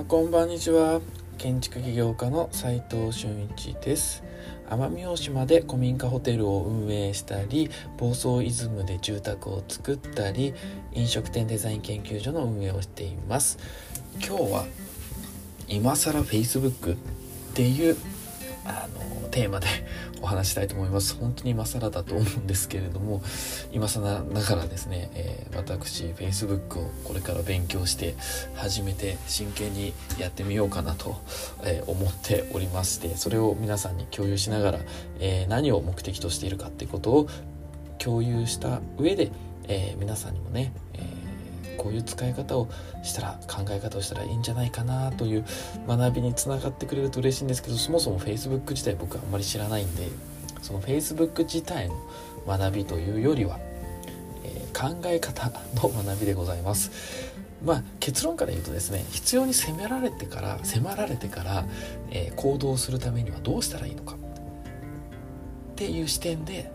こんばんにちは。建築起業家の斉藤俊一です。奄美大島で古民家ホテルを運営したり、房総イズムで住宅を作ったり、飲食店デザイン研究所の運営をしています。今日は今更 Facebook っていうテーマでお話したいと思います。本当に今更だと思うんですけれども、今更ながらですね、私 Facebook をこれから勉強して始めて真剣にやってみようかなと、思っておりまして、それを皆さんに共有しながら、何を目的としているかっていうことを共有した上で、皆さんにもね、こういう使い方をしたら、考え方をしたらいいんじゃないかなという学びにつながってくれると嬉しいんですけど、そもそも Facebook 自体僕はあんまり知らないんで、その Facebook 自体の学びというよりは、考え方の学びでございます。結論から言うとですね、必要に迫られてから、行動するためにはどうしたらいいのかっていう視点で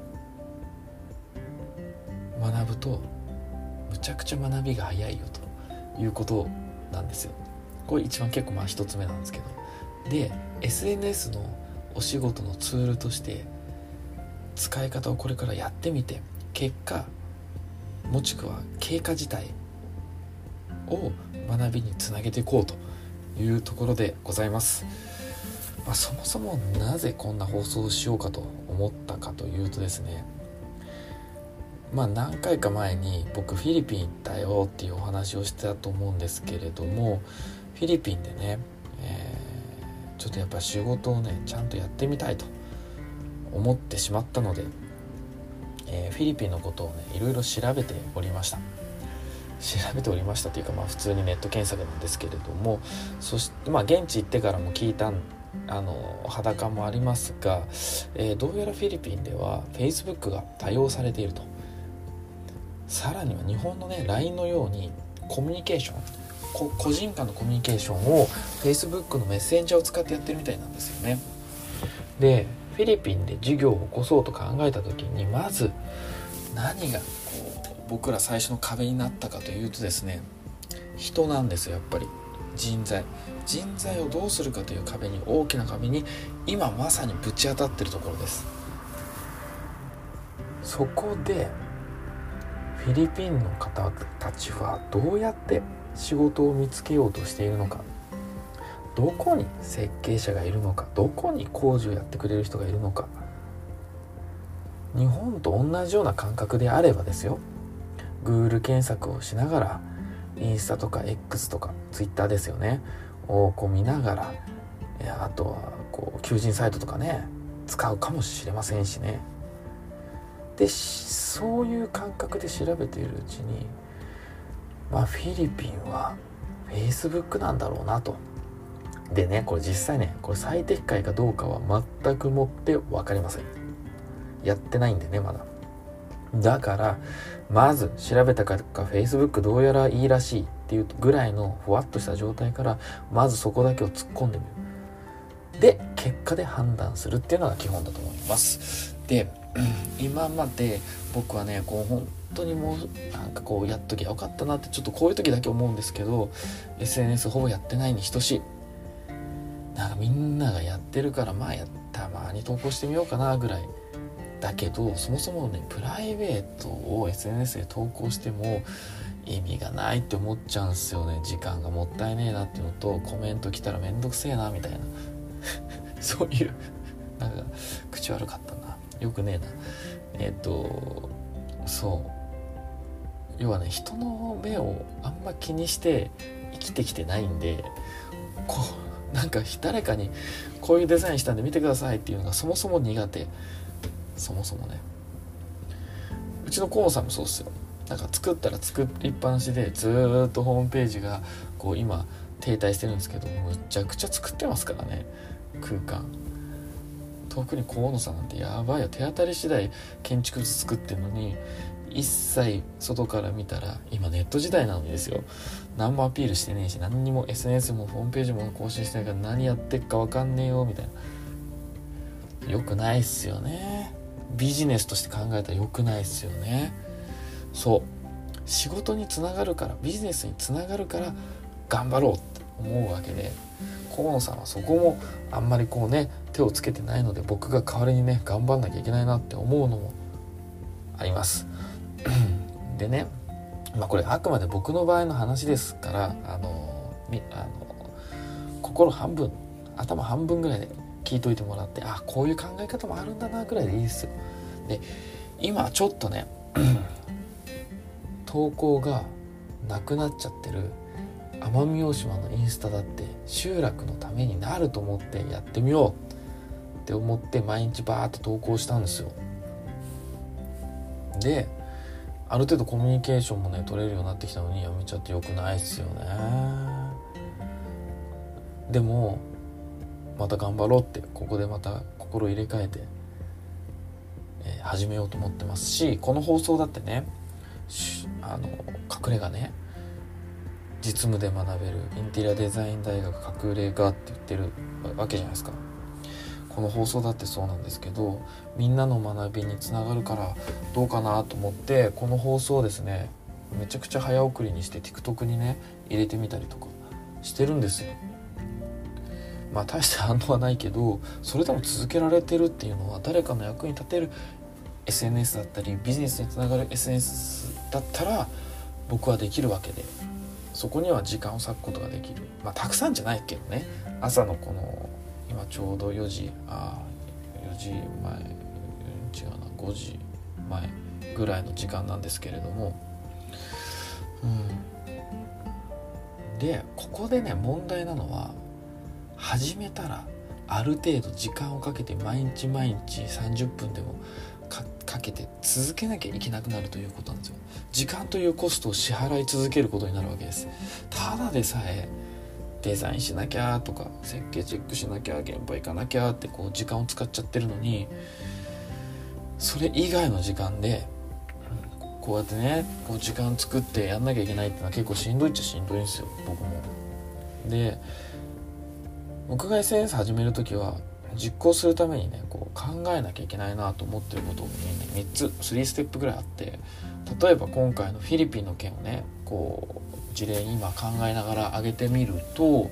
学ぶとむちゃくちゃ学びが早いよということなんですよ。これ一番結構一つ目なんですけど、で SNS のお仕事のツールとして使い方をこれからやってみて、結果もしくは経過自体を学びにつなげていこうというところでございます。そもそもなぜこんな放送をしようかと思ったかというとですね、何回か前に僕フィリピン行ったよっていうお話をしてたと思うんですけれども、フィリピンでね、ちょっとやっぱ仕事をねちゃんとやってみたいと思ってしまったので、フィリピンのことをねいろいろ調べておりましたというか、普通にネット検索なんですけれども、そして現地行ってからも聞いた裸もありますが、どうやらフィリピンでは Facebook が多用されていると。さらには日本のね LINE のようにコミュニケーション、個人間のコミュニケーションを Facebook のメッセンジャーを使ってやってるみたいなんですよね。でフィリピンで事業を起こそうと考えた時に、まず何が僕ら最初の壁になったかというとですね、人なんですよ。やっぱり人材をどうするかという大きな壁に今まさにぶち当たってるところです。そこでフィリピンの方たちはどうやって仕事を見つけようとしているのか、どこに設計者がいるのか、どこに工事をやってくれる人がいるのか。日本と同じような感覚であればですよ、 Google 検索をしながらインスタとか X とか Twitter ですよねを見ながら、あとは求人サイトとかね使うかもしれませんしね。でそういう感覚で調べているうちに、フィリピンは Facebook なんだろうなと。でね、これ実際ね、これ最適解かどうかは全くもって分かりません。やってないんでね、まだ。だからまず調べたか Facebook どうやらいいらしいっていうぐらいのふわっとした状態から、まずそこだけを突っ込んでみる。で結果で判断するっていうのが基本だと思います。で今まで僕はね本当にもうやっときゃよかったなって、ちょっとこういう時だけ思うんですけど、 SNS ほぼやってないに等しい。みんながやってるからたまに投稿してみようかなぐらいだけど、そもそもねプライベートを SNS で投稿しても意味がないって思っちゃうんですよね。時間がもったいねえなっていうのと、コメント来たらめんどくせえなみたいなそういう口悪かったな、よくねえな。要はね、人の目をあんま気にして生きてきてないんで、誰かにこういうデザインしたんで見てくださいっていうのがそもそも苦手。そもそもね、うちの河野さんもそうっすよ。作ったら作りっぱなしでずっとホームページが今停滞してるんですけど、むちゃくちゃ作ってますからね、空間。特に河野さんなんてやばいよ。手当たり次第建築物作ってるのに、一切外から見たら、今ネット時代なのにですよ、何もアピールしてねえし、何にも SNS もホームページも更新してないから何やってっか分かんねえよみたいな。よくないっすよね。ビジネスとして考えたらよくないっすよね。仕事につながるから、ビジネスにつながるから頑張ろうって思うわけで、河野さんはそこもあんまりこうね手をつけてないので、僕が代わりにね頑張んなきゃいけないなって思うのもありますでね、これあくまで僕の場合の話ですから、心半分頭半分ぐらいで聞いといてもらって、こういう考え方もあるんだなくらいでいいですよ。で今ちょっとね投稿がなくなっちゃってる奄美大島のインスタだって集落のためになると思ってやってみようって思って毎日バーって投稿したんですよ。である程度コミュニケーションもね取れるようになってきたのにやめちゃってよくないっすよね。でもまた頑張ろうってここでまた心入れ替えて、始めようと思ってますし、この放送だってね隠れ家ね実務で学べるインテリアデザイン大学隠れ家って言ってるわけじゃないですか。この放送だってそうなんですけど、みんなの学びにつながるからどうかなと思ってこの放送をですねめちゃくちゃ早送りにして TikTok にね入れてみたりとかしてるんですよ。大して反応はないけどそれでも続けられてるっていうのは誰かの役に立てる SNS だったりビジネスにつながる SNS だったら僕はできるわけで、そこには時間を割くことができる。たくさんじゃないけどね、朝のこの今ちょうど4時前違うな5時前ぐらいの時間なんですけれども、でここでね問題なのは始めたらある程度時間をかけて毎日30分でもかけて続けなきゃいけなくなるということなんですよ。時間というコストを支払い続けることになるわけです。ただでさえデザインしなきゃとか設計チェックしなきゃ現場行かなきゃって時間を使っちゃってるのに、それ以外の時間でこうやってね時間作ってやんなきゃいけないってのは結構しんどいっちゃしんどいんですよ、僕も。で僕が SNS 始めるときは実行するためにね考えなきゃいけないなと思ってることをね3ステップぐらいあって、例えば今回のフィリピンの件をね事例に今考えながら上げてみると、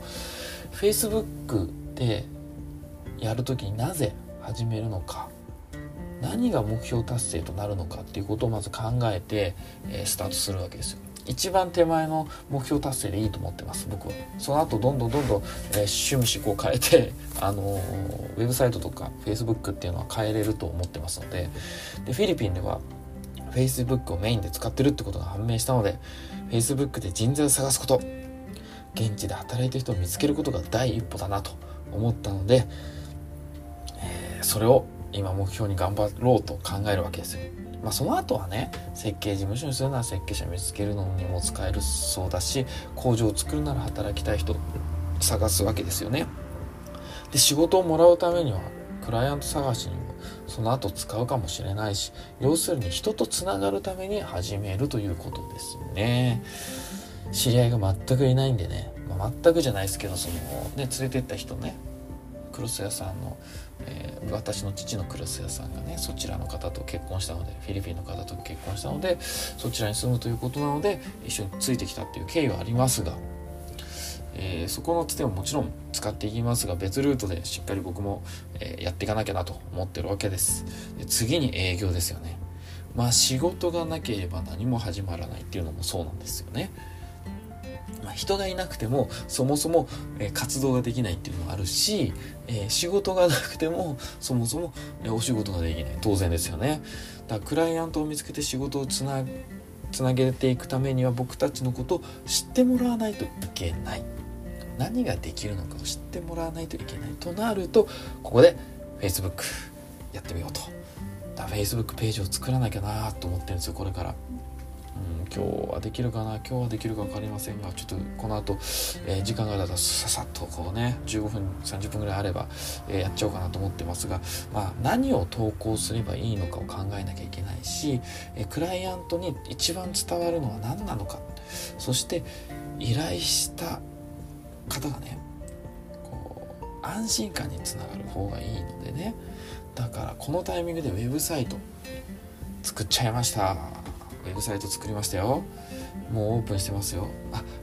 Facebook でやるときになぜ始めるのか、何が目標達成となるのかっていうことをまず考えて、スタートするわけですよ。一番手前の目標達成でいいと思ってます、僕は。その後どんどん、趣味思考を変えてウェブサイトとか Facebook っていうのは変えれると思ってますので、フィリピンでは Facebook をメインで使ってるってことが判明したので、 Facebook で人材を探すこと、現地で働いてる人を見つけることが第一歩だなと思ったので、それを今目標に頑張ろうと考えるわけですよ。その後はね設計事務所にするなら設計者見つけるのにも使えるそうだし、工場を作るなら働きたい人探すわけですよね。で仕事をもらうためにはクライアント探しにもその後使うかもしれないし、要するに人とつながるために始めるということですね。知り合いが全くいないんでね、全くじゃないですけど連れてった人ね、クロス屋さんの、私の父のクロス屋さんがねそちらの方と結婚したので、フィリピンの方と結婚したのでそちらに住むということなので一緒についてきたっていう経緯はありますが、そこのつてももちろん使っていきますが、別ルートでしっかり僕も、やっていかなきゃなと思ってるわけです。で次に営業ですよね。仕事がなければ何も始まらないっていうのもそうなんですよね。人がいなくてもそもそも、活動ができないっていうのがあるし、仕事がなくてもそもそも、お仕事ができない、当然ですよね。だからクライアントを見つけて仕事をつなげていくためには僕たちのことを知ってもらわないといけない、何ができるのかを知ってもらわないといけないとなると、ここで Facebook やってみようと。だから Facebook ページを作らなきゃなと思ってるんですよ、これから。今日はできるか分かりませんが、ちょっとこの後、時間があればささっと15分30分ぐらいあれば、やっちゃおうかなと思ってますが、何を投稿すればいいのかを考えなきゃいけないし、クライアントに一番伝わるのは何なのか、そして依頼した方がね安心感につながる方がいいのでね。だからこのタイミングでウェブサイト作っちゃいました。ウェブサイト作りましたよ。もうオープンしてますよ。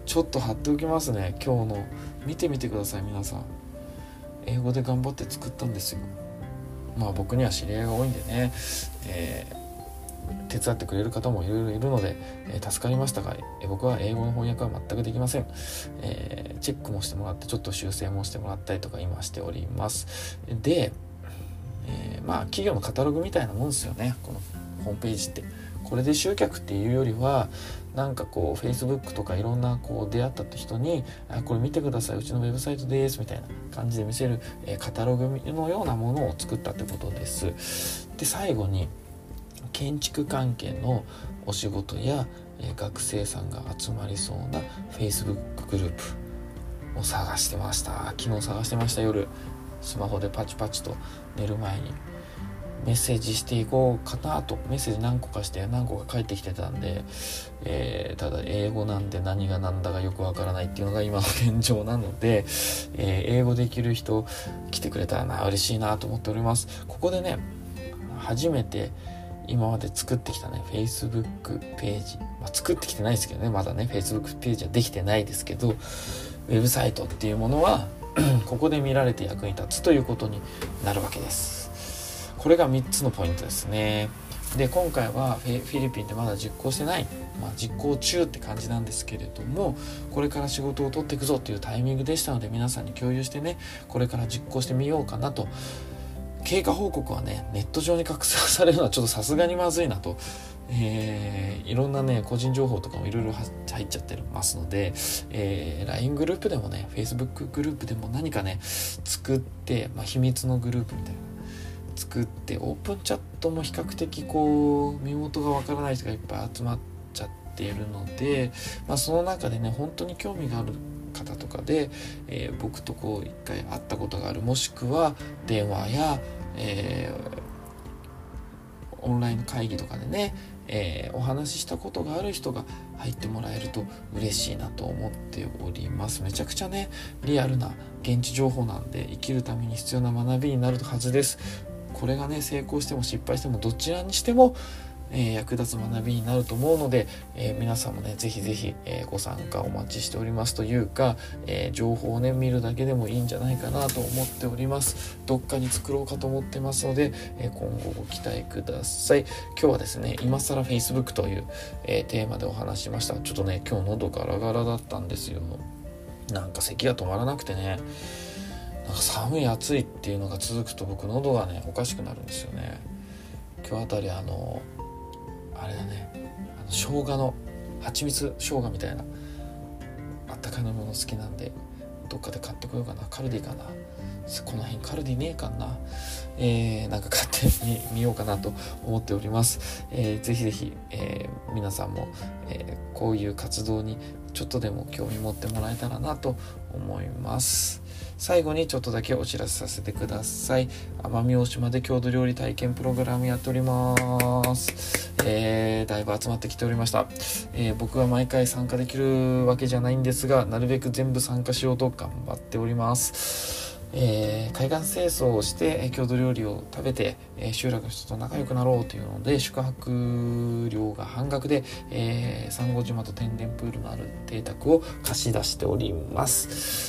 ちょっと貼っておきますね。今日の見てみてください。皆さん英語で頑張って作ったんですよ。僕には知り合いが多いんでね、手伝ってくれる方もいろいろいるので、助かりましたが、僕は英語の翻訳は全くできません。チェックもしてもらってちょっと修正もしてもらったりとか今しております。で、企業のカタログみたいなもんですよね、このホームページって。これで集客っていうよりはFacebook とかいろんな出会った人にこれ見てください、うちのウェブサイトですみたいな感じで見せる、カタログのようなものを作ったってことです。で、最後に建築関係のお仕事や、学生さんが集まりそうな Facebook グループを探してました。昨日探してました。夜スマホでパチパチと寝る前にメッセージしていこうかなと。メッセージ何個かして何個か返ってきてたんで、ただ英語なんで何が何だかよくわからないっていうのが今の現状なので、英語できる人来てくれたら嬉しいなと思っております。ここでね、初めて今まで作ってきたね Facebook ページ、作ってきてないですけどね、まだね Facebook ページはできてないですけど、ウェブサイトっていうものはここで見られて役に立つということになるわけです。これが3つのポイントですね。で、今回はフィリピンでまだ実行してない、実行中って感じなんですけれども、これから仕事を取っていくぞというタイミングでしたので、皆さんに共有してね、これから実行してみようかなと。経過報告はね、ネット上に拡散されるのはちょっとさすがにまずいなと、いろんなね個人情報とかもいろいろ入っちゃってますので、LINE グループでもね Facebook グループでも何かね作って、秘密のグループみたいな作って、オープンチャットも比較的身元がわからない人がいっぱい集まっちゃっているので、その中でね本当に興味がある方とかで、僕と一回会ったことがある、もしくは電話や、オンライン会議とかでね、お話ししたことがある人が入ってもらえると嬉しいなと思っております。めちゃくちゃねリアルな現地情報なんで、生きるために必要な学びになるはずです。これがね成功しても失敗してもどちらにしても役立つ学びになると思うので、皆さんもねぜひぜひ、ご参加お待ちしておりますというか、情報をね見るだけでもいいんじゃないかなと思っております。どっかに作ろうかと思ってますので、今後ご期待ください。今日はですね今更 Facebook という、テーマでお話ししました。ちょっとね今日喉ガラガラだったんですよ。咳が止まらなくてね、寒い暑いっていうのが続くと僕喉がねおかしくなるんですよね。今日あたりあれだね、生姜の蜂蜜生姜みたいなあったかいもの好きなんで、どっかで買ってこようかな。カルディかな、この辺カルディねえかな、買ってみようかなと思っております。ぜひぜひ、皆さんも、こういう活動にちょっとでも興味持ってもらえたらなと思います。最後にちょっとだけお知らせさせてください。奄美大島で郷土料理体験プログラムやっております。だいぶ集まってきておりました。僕は毎回参加できるわけじゃないんですが、なるべく全部参加しようと頑張っております。海岸清掃をして郷土料理を食べて、集落の人と仲良くなろうというので、宿泊料が半額で、珊瑚島と天然プールのある邸宅を貸し出しております。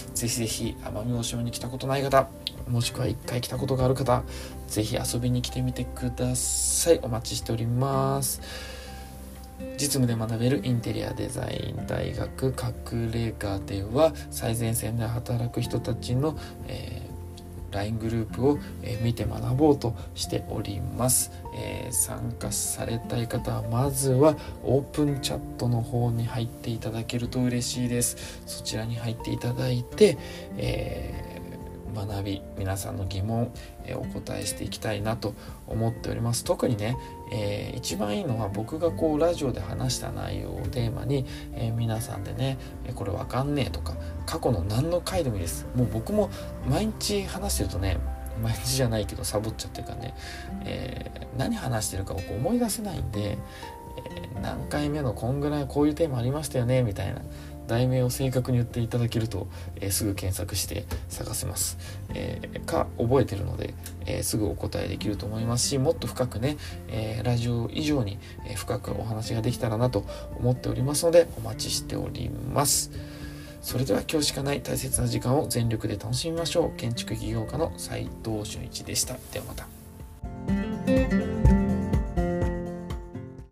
ぜひぜひ奄美大島に来たことない方、もしくは1回来たことがある方、ぜひ遊びに来てみてください。お待ちしております。実務で学べるインテリアデザイン大学隠れ家では、最前線で働く人たちの、LINE グループを、見て学ぼうとしております。参加されたい方はまずはオープンチャットの方に入っていただけると嬉しいです。そちらに入っていただいて、学び、皆さんの疑問、お答えしていきたいなと思っております。特にね、一番いいのは僕がラジオで話した内容をテーマに、皆さんでねこれわかんねえとか、過去の何の回でもいいです。もう僕も毎日話してるとね、毎日じゃないけどサボっちゃってるからね、何話してるかを思い出せないんで、何回目のこんぐらいこういうテーマありましたよねみたいな題名を正確に言っていただけると、すぐ検索して探せます、覚えてるので、すぐお答えできると思いますし、もっと深くね、ラジオ以上に深くお話ができたらなと思っておりますので、お待ちしております。それでは今日しかない大切な時間を全力で楽しみましょう。建築起業家の斉藤俊一でした。ではまた。